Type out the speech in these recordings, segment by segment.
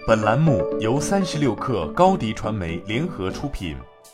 本栏目由36氪高迪传媒联合出品。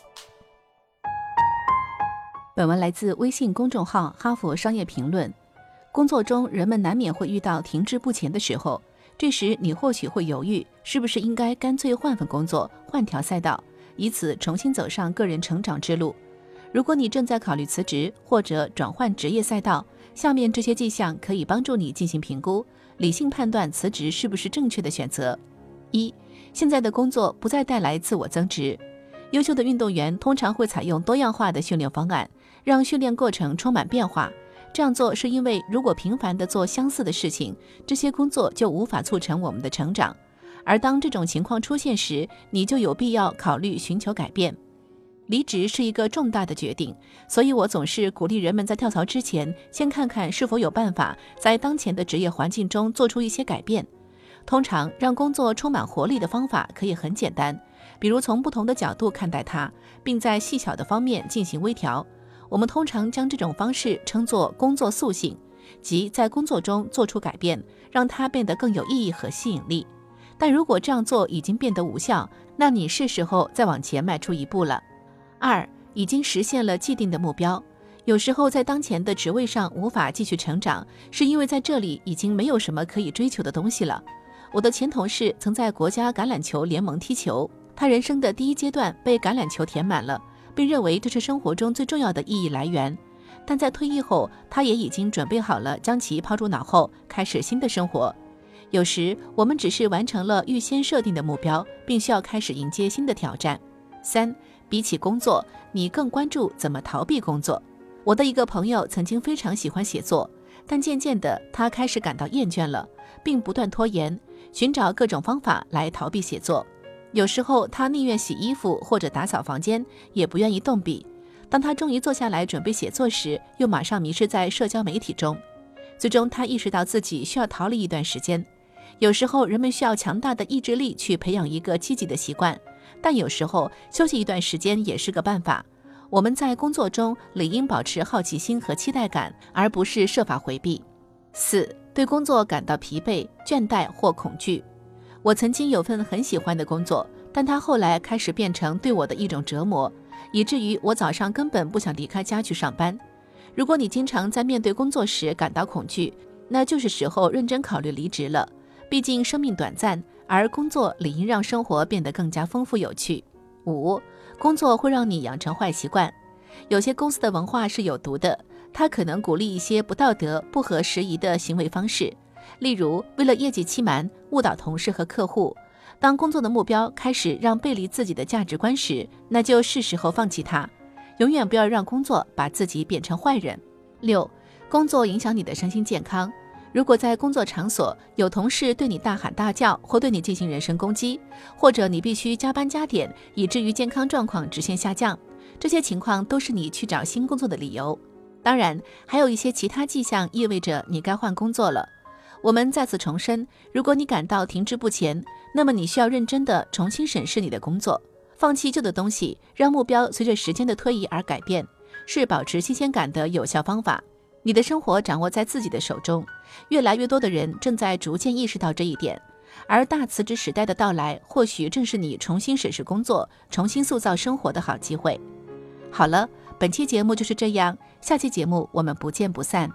本文来自微信公众号哈佛商业评论。工作中人们难免会遇到停滞不前的时候，这时你或许会犹豫，是不是应该干脆换份工作，换条赛道，以此重新走上个人成长之路。如果你正在考虑辞职或者转换职业赛道，下面这些迹象可以帮助你进行评估，理性判断辞职是不是正确的选择。1. 现在的工作不再带来自我增值。优秀的运动员通常会采用多样化的训练方案，让训练过程充满变化。这样做是因为如果频繁地做相似的事情，这些工作就无法促成我们的成长。而当这种情况出现时，你就有必要考虑寻求改变。离职是一个重大的决定，所以我总是鼓励人们在跳槽之前，先看看是否有办法在当前的职业环境中做出一些改变。通常让工作充满活力的方法可以很简单，比如从不同的角度看待它，并在细小的方面进行微调。我们通常将这种方式称作工作塑性，即在工作中做出改变，让它变得更有意义和吸引力。但如果这样做已经变得无效，那你是时候再往前迈出一步了。2. 已经实现了既定的目标。有时候在当前的职位上无法继续成长，是因为在这里已经没有什么可以追求的东西了。我的前同事曾在国家橄榄球联盟踢球，他人生的第一阶段被橄榄球填满了，并认为这是生活中最重要的意义来源。但在退役后，他也已经准备好了将其抛诸脑后，开始新的生活。有时我们只是完成了预先设定的目标，并需要开始迎接新的挑战。3. 比起工作，你更关注怎么逃避工作。我的一个朋友曾经非常喜欢写作，但渐渐的他开始感到厌倦了，并不断拖延，寻找各种方法来逃避写作。有时候他宁愿洗衣服或者打扫房间，也不愿意动笔。当他终于坐下来准备写作时，又马上迷失在社交媒体中。最终他意识到自己需要逃离一段时间。有时候人们需要强大的意志力去培养一个积极的习惯，但有时候休息一段时间也是个办法。我们在工作中理应保持好奇心和期待感，而不是设法回避。4. 对工作感到疲惫、倦怠或恐惧。我曾经有份很喜欢的工作，但它后来开始变成对我的一种折磨，以至于我早上根本不想离开家去上班。如果你经常在面对工作时感到恐惧，那就是时候认真考虑离职了。毕竟生命短暂，而工作理应让生活变得更加丰富有趣。5. 工作会让你养成坏习惯。有些公司的文化是有毒的，它可能鼓励一些不道德、不合时宜的行为方式，例如为了业绩欺瞒、误导同事和客户。当工作的目标开始让背离自己的价值观时，那就是时候放弃它。永远不要让工作把自己变成坏人。6. 工作影响你的身心健康。如果在工作场所有同事对你大喊大叫，或对你进行人身攻击，或者你必须加班加点，以至于健康状况直线下降，这些情况都是你去找新工作的理由。当然，还有一些其他迹象意味着你该换工作了。我们再次重申，如果你感到停滞不前，那么你需要认真地重新审视你的工作。放弃旧的东西，让目标随着时间的推移而改变，是保持新鲜感的有效方法。你的生活掌握在自己的手中，越来越多的人正在逐渐意识到这一点，而大辞职时代的到来，或许正是你重新审视工作、重新塑造生活的好机会。好了，本期节目就是这样，下期节目我们不见不散。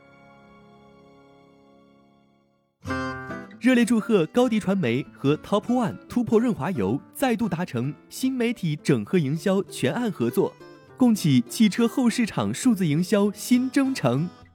热烈祝贺高迪传媒和 Top One 突破润滑油再度达成新媒体整合营销全案合作，共启汽车后市场数字营销新征程。